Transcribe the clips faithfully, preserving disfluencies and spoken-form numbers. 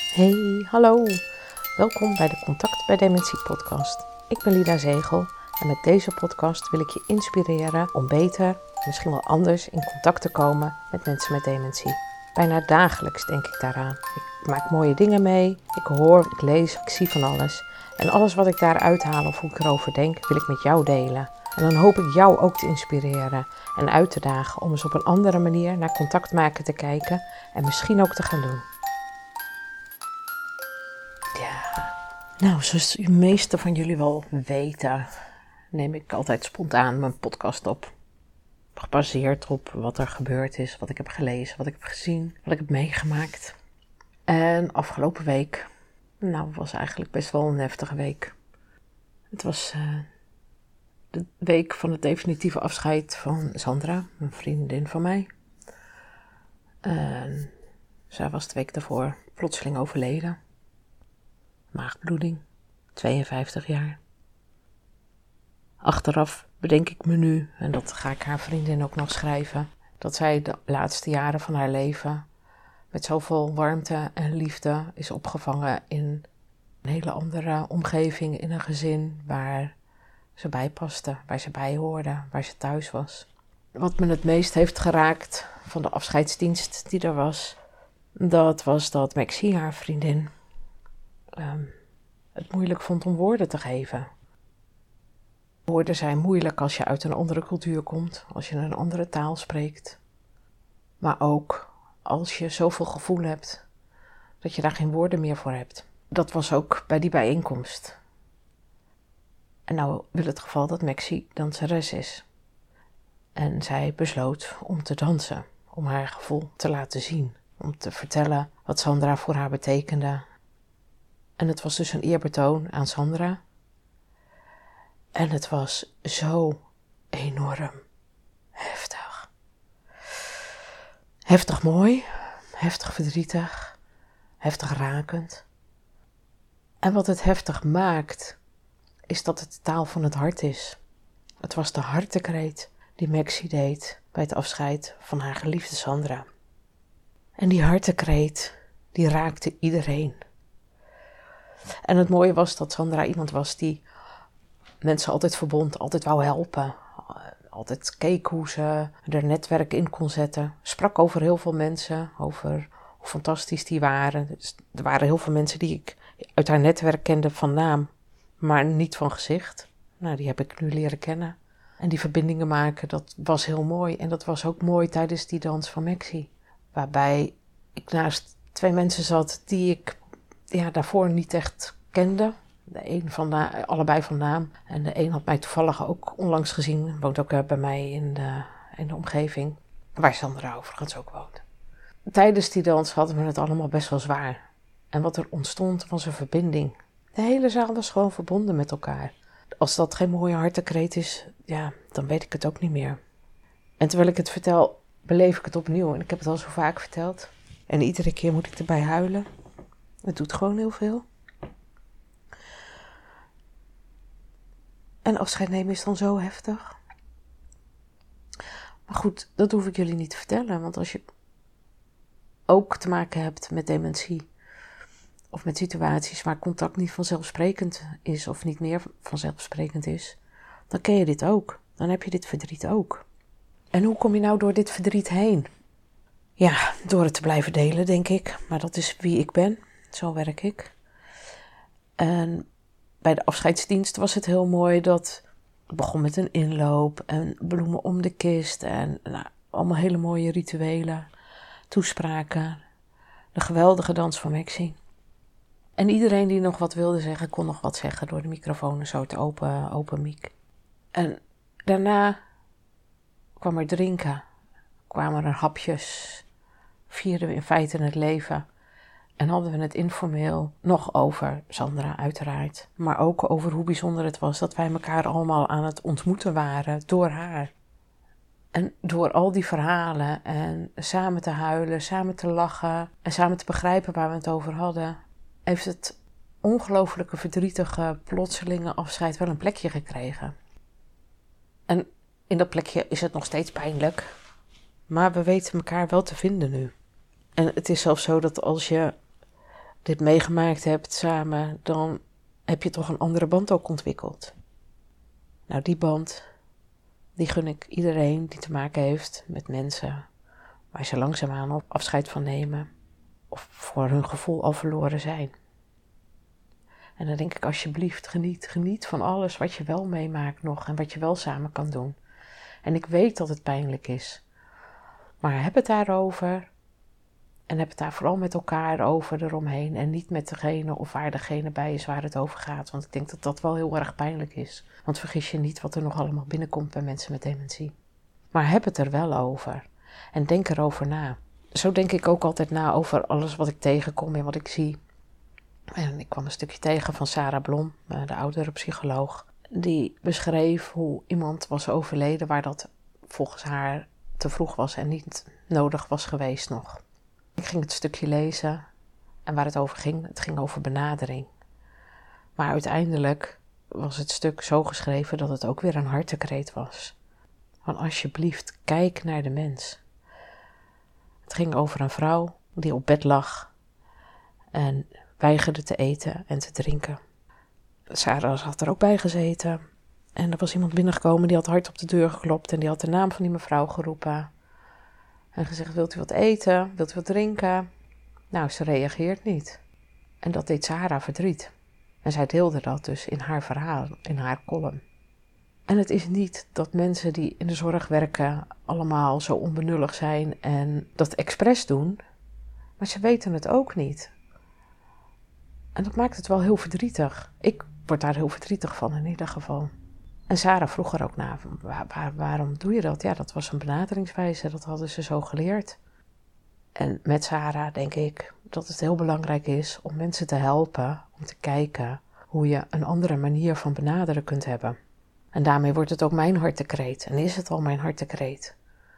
Hey, hallo. Welkom bij de Contact bij Dementie podcast. Ik ben Lida Zegel en met deze podcast wil ik je inspireren om beter, misschien wel anders, in contact te komen met mensen met dementie. Bijna dagelijks denk ik daaraan. Ik maak mooie dingen mee, ik hoor, ik lees, ik zie van alles. En alles wat ik daar uithaal of hoe ik erover denk, wil ik met jou delen. En dan hoop ik jou ook te inspireren en uit te dagen om eens op een andere manier naar contact maken te kijken en misschien ook te gaan doen. Ja, nou, zoals de meeste van jullie wel weten, neem ik altijd spontaan mijn podcast op. Gebaseerd op wat er gebeurd is, wat ik heb gelezen, wat ik heb gezien, wat ik heb meegemaakt. En afgelopen week, nou, was eigenlijk best wel een heftige week. Het was uh, de week van het definitieve afscheid van Sandra, een vriendin van mij. En zij was de week daarvoor plotseling overleden. Maagbloeding, tweeënvijftig jaar. Achteraf bedenk ik me nu, en dat ga ik haar vriendin ook nog schrijven, dat zij de laatste jaren van haar leven met zoveel warmte en liefde is opgevangen in een hele andere omgeving, in een gezin waar ze bij paste, waar ze bij hoorde, waar ze thuis was. Wat me het meest heeft geraakt van de afscheidsdienst die er was, dat was dat Maxie, haar vriendin, um, het moeilijk vond om woorden te geven. Woorden zijn moeilijk als je uit een andere cultuur komt, als je een andere taal spreekt. Maar ook als je zoveel gevoel hebt dat je daar geen woorden meer voor hebt. Dat was ook bij die bijeenkomst. En nou wil het geval dat Maxie danseres is. En zij besloot om te dansen, om haar gevoel te laten zien. Om te vertellen wat Sandra voor haar betekende. En het was dus een eerbetoon aan Sandra. En het was zo enorm heftig. Heftig mooi, heftig verdrietig, heftig rakend. En wat het heftig maakt, is dat het de taal van het hart is. Het was de hartekreet die Maxie deed bij het afscheid van haar geliefde Sandra. En die hartekreet, die raakte iedereen. En het mooie was dat Sandra iemand was die mensen altijd verbond, altijd wou helpen. Altijd keek hoe ze er netwerk in kon zetten. Sprak over heel veel mensen, over hoe fantastisch die waren. Dus er waren heel veel mensen die ik uit haar netwerk kende van naam, maar niet van gezicht. Nou, die heb ik nu leren kennen. En die verbindingen maken, dat was heel mooi. En dat was ook mooi tijdens die dans van Maxie. Waarbij ik naast twee mensen zat die ik ja, daarvoor niet echt kende. De een van de, allebei van naam. En de een had mij toevallig ook onlangs gezien. Woont ook bij mij in de, in de omgeving. Waar Sandra overigens ook woont. Tijdens die dans hadden we het allemaal best wel zwaar. En wat er ontstond was een verbinding. De hele zaal was gewoon verbonden met elkaar. Als dat geen mooie hartekreet is, ja, dan weet ik het ook niet meer. En terwijl ik het vertel, beleef ik het opnieuw. En ik heb het al zo vaak verteld. En iedere keer moet ik erbij huilen. Het doet gewoon heel veel. En afscheid nemen is dan zo heftig. Maar goed, dat hoef ik jullie niet te vertellen. Want als je ook te maken hebt met dementie, of met situaties waar contact niet vanzelfsprekend is, of niet meer vanzelfsprekend is, dan ken je dit ook. Dan heb je dit verdriet ook. En hoe kom je nou door dit verdriet heen? Ja, door het te blijven delen, denk ik. Maar dat is wie ik ben. Zo werk ik. En bij de afscheidsdienst was het heel mooi dat het begon met een inloop en bloemen om de kist en nou, allemaal hele mooie rituelen, toespraken, de geweldige dans van Maxie. En iedereen die nog wat wilde zeggen, kon nog wat zeggen door de microfoon en zo te open, open mic. En daarna kwam er drinken, kwamen er hapjes, vierden we in feite het leven. En hadden we het informeel nog over Sandra uiteraard. Maar ook over hoe bijzonder het was dat wij elkaar allemaal aan het ontmoeten waren door haar. En door al die verhalen en samen te huilen, samen te lachen en samen te begrijpen waar we het over hadden, heeft het ongelooflijke verdrietige plotselinge afscheid wel een plekje gekregen. En in dat plekje is het nog steeds pijnlijk, maar we weten elkaar wel te vinden nu. En het is zelfs zo dat als je dit meegemaakt hebt samen, dan heb je toch een andere band ook ontwikkeld. Nou, die band, die gun ik iedereen die te maken heeft met mensen waar ze langzaamaan op afscheid van nemen of voor hun gevoel al verloren zijn. En dan denk ik, alsjeblieft, geniet, geniet van alles wat je wel meemaakt nog en wat je wel samen kan doen. En ik weet dat het pijnlijk is, maar heb het daarover en heb het daar vooral met elkaar over eromheen en niet met degene of waar degene bij is waar het over gaat. Want ik denk dat dat wel heel erg pijnlijk is. Want vergis je niet wat er nog allemaal binnenkomt bij mensen met dementie. Maar heb het er wel over en denk erover na. Zo denk ik ook altijd na over alles wat ik tegenkom en wat ik zie. En ik kwam een stukje tegen van Sarah Blom, de oudere psycholoog. Die beschreef hoe iemand was overleden waar dat volgens haar te vroeg was en niet nodig was geweest nog. Ik ging het stukje lezen en waar het over ging, het ging over benadering. Maar uiteindelijk was het stuk zo geschreven dat het ook weer een hartekreet was. Van alsjeblieft, kijk naar de mens. Het ging over een vrouw die op bed lag en weigerde te eten en te drinken. Sarah had er ook bij gezeten. En er was iemand binnengekomen die had hard op de deur geklopt en die had de naam van die mevrouw geroepen. En gezegd, wilt u wat eten? Wilt u wat drinken? Nou, ze reageert niet. En dat deed Sarah verdriet. En zij deelde dat dus in haar verhaal, in haar column. En het is niet dat mensen die in de zorg werken allemaal zo onbenullig zijn en dat expres doen. Maar ze weten het ook niet. En dat maakt het wel heel verdrietig. Ik word daar heel verdrietig van in ieder geval. En Sarah vroeg er ook naar, waar, waar, waarom doe je dat? Ja, dat was een benaderingswijze, dat hadden ze zo geleerd. En met Sarah denk ik dat het heel belangrijk is om mensen te helpen, om te kijken hoe je een andere manier van benaderen kunt hebben. En daarmee wordt het ook mijn hartekreet, en is het al mijn hartekreet.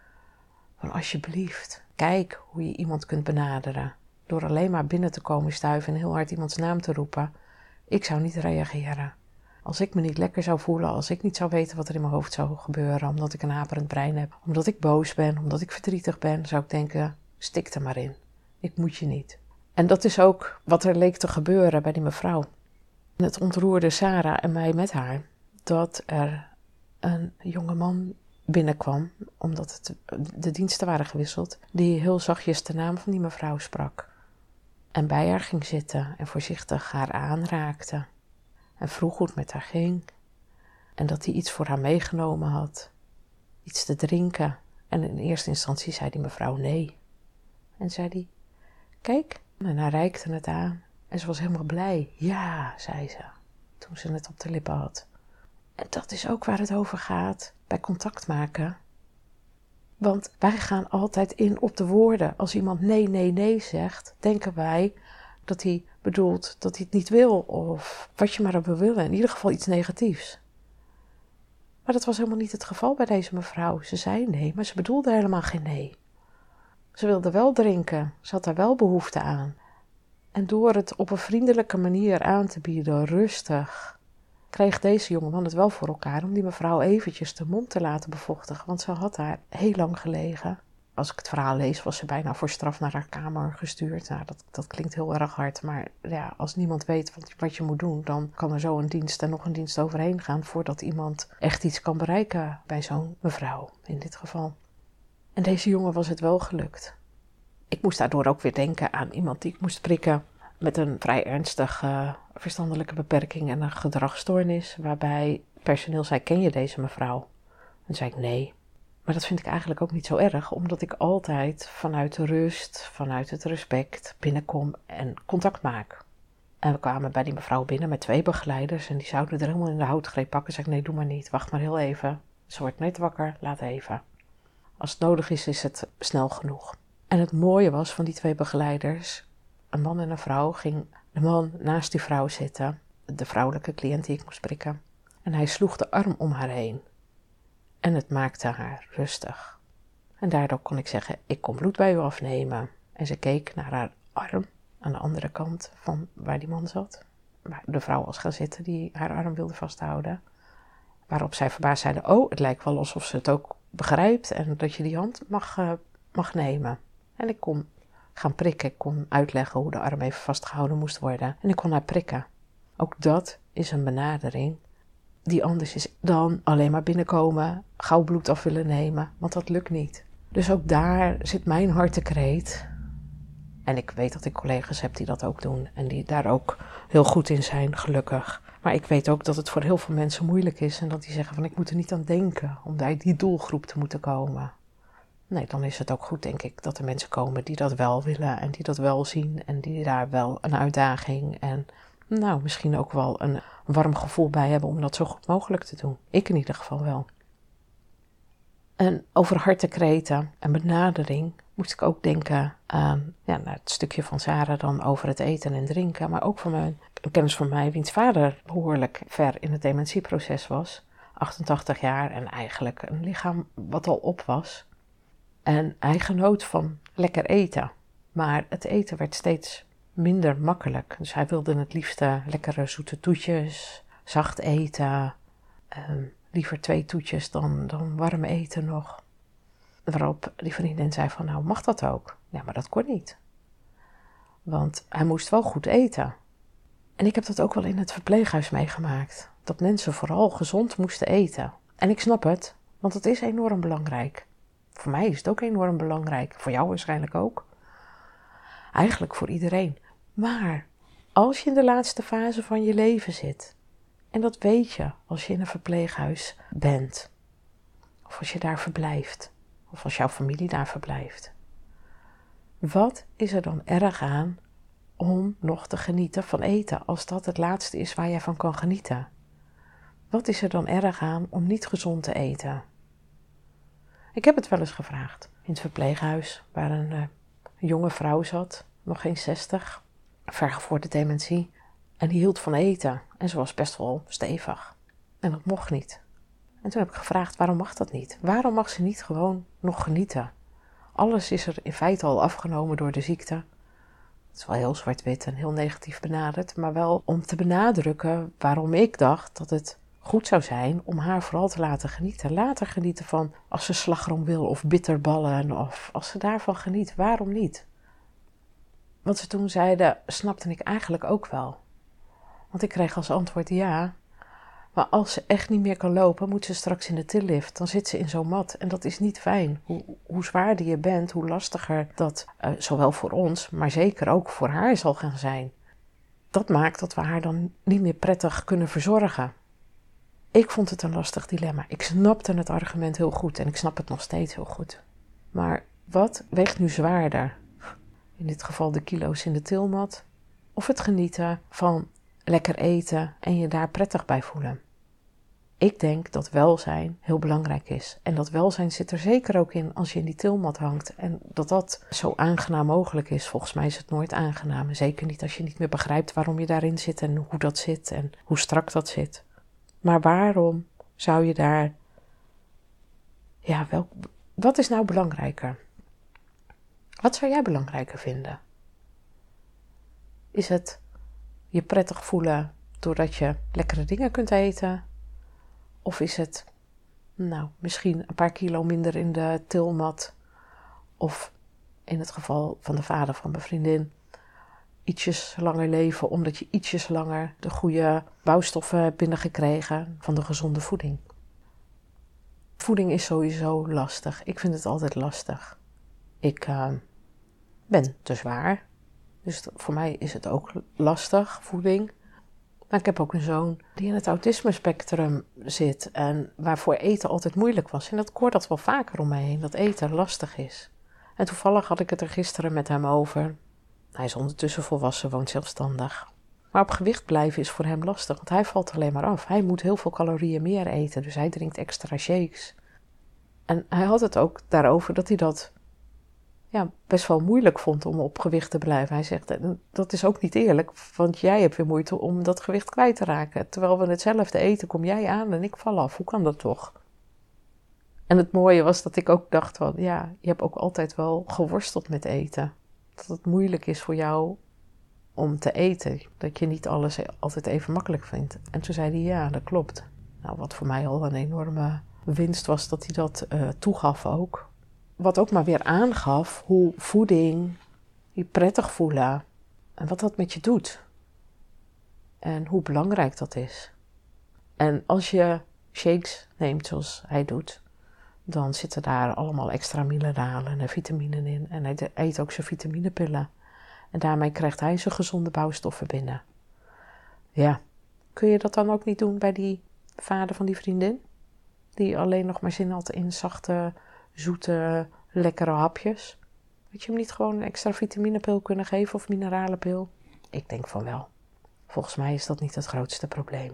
Van alsjeblieft, kijk hoe je iemand kunt benaderen. Door alleen maar binnen te komen stuiven en heel hard iemands naam te roepen. Ik zou niet reageren. Als ik me niet lekker zou voelen, als ik niet zou weten wat er in mijn hoofd zou gebeuren, omdat ik een haperend brein heb, omdat ik boos ben, omdat ik verdrietig ben, zou ik denken, stik er maar in. Ik moet je niet. En dat is ook wat er leek te gebeuren bij die mevrouw. En het ontroerde Sarah en mij met haar, dat er een jongeman binnenkwam, omdat het, de diensten waren gewisseld, die heel zachtjes de naam van die mevrouw sprak. En bij haar ging zitten en voorzichtig haar aanraakte. En vroeg hoe het met haar ging. En dat hij iets voor haar meegenomen had. Iets te drinken. En in eerste instantie zei die mevrouw nee. En zei hij, kijk. En hij reikte het aan. En ze was helemaal blij. Ja, zei ze. Toen ze het op de lippen had. En dat is ook waar het over gaat. Bij contact maken. Want wij gaan altijd in op de woorden. Als iemand nee, nee, nee zegt, denken wij dat hij bedoelt dat hij het niet wil. Of wat je maar op wil willen. In ieder geval iets negatiefs. Maar dat was helemaal niet het geval bij deze mevrouw. Ze zei nee, maar ze bedoelde helemaal geen nee. Ze wilde wel drinken. Ze had daar wel behoefte aan. En door het op een vriendelijke manier aan te bieden, rustig, kreeg deze jongeman het wel voor elkaar om die mevrouw eventjes de mond te laten bevochtigen. Want ze had daar heel lang gelegen. Als ik het verhaal lees, was ze bijna voor straf naar haar kamer gestuurd. Nou, dat, dat klinkt heel erg hard. Maar ja, als niemand weet wat, wat je moet doen, dan kan er zo een dienst en nog een dienst overheen gaan voordat iemand echt iets kan bereiken bij zo'n mevrouw, in dit geval. En deze jongen was het wel gelukt. Ik moest daardoor ook weer denken aan iemand die ik moest prikken met een vrij ernstige uh, verstandelijke beperking en een gedragsstoornis, waarbij personeel zei, ken je deze mevrouw? En zei ik, nee. Maar dat vind ik eigenlijk ook niet zo erg, omdat ik altijd vanuit de rust, vanuit het respect binnenkom en contact maak. En we kwamen bij die mevrouw binnen met twee begeleiders en die zouden er helemaal in de houtgreep pakken. Zeg ik, nee, doe maar niet, wacht maar heel even. Ze wordt net wakker, laat even. Als het nodig is, is het snel genoeg. En het mooie was van die twee begeleiders, een man en een vrouw, ging de man naast die vrouw zitten, de vrouwelijke cliënt die ik moest prikken. En hij sloeg de arm om haar heen. En het maakte haar rustig. En daardoor kon ik zeggen, ik kom bloed bij u afnemen. En ze keek naar haar arm aan de andere kant van waar die man zat. Waar de vrouw was gaan zitten die haar arm wilde vasthouden. Waarop zij verbaasd zeiden, oh, het lijkt wel alsof ze het ook begrijpt en dat je die hand mag, uh, mag nemen. En ik kon gaan prikken. Ik kon uitleggen hoe de arm even vastgehouden moest worden. En ik kon haar prikken. Ook dat is een benadering die anders is dan alleen maar binnenkomen, gauw bloed af willen nemen, want dat lukt niet. Dus ook daar zit mijn hartekreet. En ik weet dat ik collega's heb die dat ook doen en die daar ook heel goed in zijn, gelukkig. Maar ik weet ook dat het voor heel veel mensen moeilijk is en dat die zeggen van ik moet er niet aan denken om bij die doelgroep te moeten komen. Nee, dan is het ook goed, denk ik, dat er mensen komen die dat wel willen en die dat wel zien en die daar wel een uitdaging en nou, misschien ook wel een warm gevoel bij hebben om dat zo goed mogelijk te doen. Ik in ieder geval wel. En over hartekreten en benadering moest ik ook denken aan ja, naar het stukje van Sarah dan over het eten en drinken. Maar ook van mijn, een kennis van mij, wiens vader behoorlijk ver in het dementieproces was. achtentachtig jaar en eigenlijk een lichaam wat al op was. En hij genoot van lekker eten. Maar het eten werd steeds minder makkelijk. Dus hij wilde het liefste lekkere zoete toetjes, zacht eten, um, liever twee toetjes dan, dan warm eten nog. Waarop die vriendin zei van nou mag dat ook? Ja, maar dat kon niet. Want hij moest wel goed eten. En ik heb dat ook wel in het verpleeghuis meegemaakt. Dat mensen vooral gezond moesten eten. En ik snap het, want het is enorm belangrijk. Voor mij is het ook enorm belangrijk. Voor jou waarschijnlijk ook. Eigenlijk voor iedereen. Maar als je in de laatste fase van je leven zit, en dat weet je als je in een verpleeghuis bent, of als je daar verblijft, of als jouw familie daar verblijft, wat is er dan erg aan om nog te genieten van eten, als dat het laatste is waar jij van kan genieten? Wat is er dan erg aan om niet gezond te eten? Ik heb het wel eens gevraagd in het verpleeghuis, waar een, uh, een jonge vrouw zat, nog geen zestig, vergevorderde dementie. En die hield van eten en ze was best wel stevig. En dat mocht niet. En toen heb ik gevraagd, waarom mag dat niet? Waarom mag ze niet gewoon nog genieten? Alles is er in feite al afgenomen door de ziekte. Het is wel heel zwart-wit en heel negatief benaderd, maar wel om te benadrukken waarom ik dacht dat het goed zou zijn om haar vooral te laten genieten. Later genieten van als ze slagroom wil of bitterballen of als ze daarvan geniet, waarom niet? Wat ze toen zeiden, snapte ik eigenlijk ook wel. Want ik kreeg als antwoord ja, maar als ze echt niet meer kan lopen, moet ze straks in de tillift. Dan zit ze in zo'n mat en dat is niet fijn. Hoe, hoe zwaarder je bent, hoe lastiger dat uh, zowel voor ons, maar zeker ook voor haar zal gaan zijn. Dat maakt dat we haar dan niet meer prettig kunnen verzorgen. Ik vond het een lastig dilemma. Ik snapte het argument heel goed en ik snap het nog steeds heel goed. Maar wat weegt nu zwaarder? In dit geval de kilo's in de tilmat of het genieten van lekker eten en je daar prettig bij voelen. Ik denk dat welzijn heel belangrijk is. En dat welzijn zit er zeker ook in als je in die tilmat hangt. En dat dat zo aangenaam mogelijk is. Volgens mij is het nooit aangenaam. Zeker niet als je niet meer begrijpt waarom je daarin zit en hoe dat zit en hoe strak dat zit. Maar waarom zou je daar... Ja, wel... Wat is nou belangrijker? Wat zou jij belangrijker vinden? Is het je prettig voelen doordat je lekkere dingen kunt eten? Of is het, nou, misschien een paar kilo minder in de tilmat? Of in het geval van de vader van mijn vriendin, ietsjes langer leven omdat je ietsjes langer de goede bouwstoffen hebt binnengekregen van de gezonde voeding. Voeding is sowieso lastig. Ik vind het altijd lastig. Ik uh, ben te zwaar. Dus voor mij is het ook lastig, voeding. Maar ik heb ook een zoon die in het autisme-spectrum zit en waarvoor eten altijd moeilijk was. En dat ik hoor dat wel vaker om mij heen, dat eten lastig is. En toevallig had ik het er gisteren met hem over. Hij is ondertussen volwassen, woont zelfstandig. Maar op gewicht blijven is voor hem lastig, want hij valt alleen maar af. Hij moet heel veel calorieën meer eten, dus hij drinkt extra shakes. En hij had het ook daarover dat hij dat ja, best wel moeilijk vond om op gewicht te blijven. Hij zegt, dat is ook niet eerlijk, want jij hebt weer moeite om dat gewicht kwijt te raken. Terwijl we hetzelfde eten, kom jij aan en ik val af. Hoe kan dat toch? En het mooie was dat ik ook dacht van, ja, je hebt ook altijd wel geworsteld met eten. Dat het moeilijk is voor jou om te eten. Dat je niet alles altijd even makkelijk vindt. En toen zei hij, ja, dat klopt. Nou, wat voor mij al een enorme winst was dat hij dat uh, toegaf ook. Wat ook maar weer aangaf hoe voeding je prettig voelen. En wat dat met je doet. En hoe belangrijk dat is. En als je shakes neemt zoals hij doet, dan zitten daar allemaal extra mineralen en vitaminen in. En hij eet ook zijn vitaminepillen. En daarmee krijgt hij zijn gezonde bouwstoffen binnen. Ja, kun je dat dan ook niet doen bij die vader van die vriendin? Die alleen nog maar zin had in zachte, zoete, lekkere hapjes. Had je hem niet gewoon een extra vitaminepil kunnen geven of mineralenpil? Ik denk van wel. Volgens mij is dat niet het grootste probleem.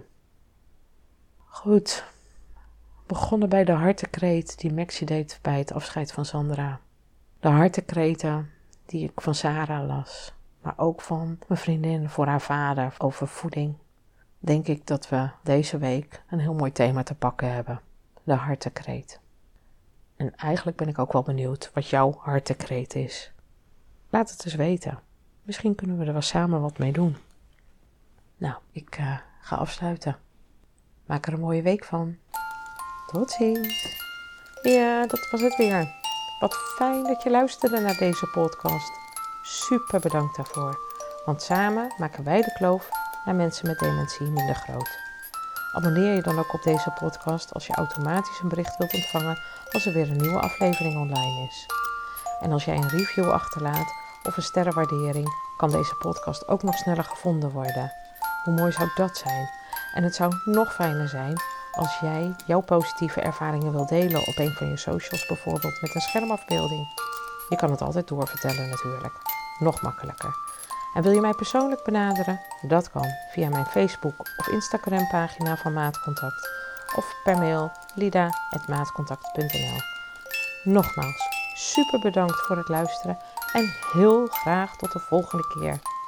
Goed. Begonnen bij de hartekreet die Maxi deed bij het afscheid van Sandra. De hartekreten die ik van Sarah las. Maar ook van mijn vriendin voor haar vader over voeding. Denk ik dat we deze week een heel mooi thema te pakken hebben. De hartekreet. En eigenlijk ben ik ook wel benieuwd wat jouw hartekreet is. Laat het eens weten. Misschien kunnen we er wel samen wat mee doen. Nou, ik uh, ga afsluiten. Maak er een mooie week van. Tot ziens. Ja, dat was het weer. Wat fijn dat je luisterde naar deze podcast. Super bedankt daarvoor. Want samen maken wij de kloof naar mensen met dementie minder groot. Abonneer je dan ook op deze podcast als je automatisch een bericht wilt ontvangen als er weer een nieuwe aflevering online is. En als jij een review achterlaat of een sterrenwaardering, kan deze podcast ook nog sneller gevonden worden. Hoe mooi zou dat zijn? En het zou nog fijner zijn als jij jouw positieve ervaringen wilt delen op een van je socials, bijvoorbeeld met een schermafbeelding. Je kan het altijd doorvertellen natuurlijk. Nog makkelijker. En wil je mij persoonlijk benaderen? Dat kan via mijn Facebook of Instagram pagina van Maatcontact of per mail lida at maatcontact punt n l. Nogmaals, super bedankt voor het luisteren en heel graag tot de volgende keer.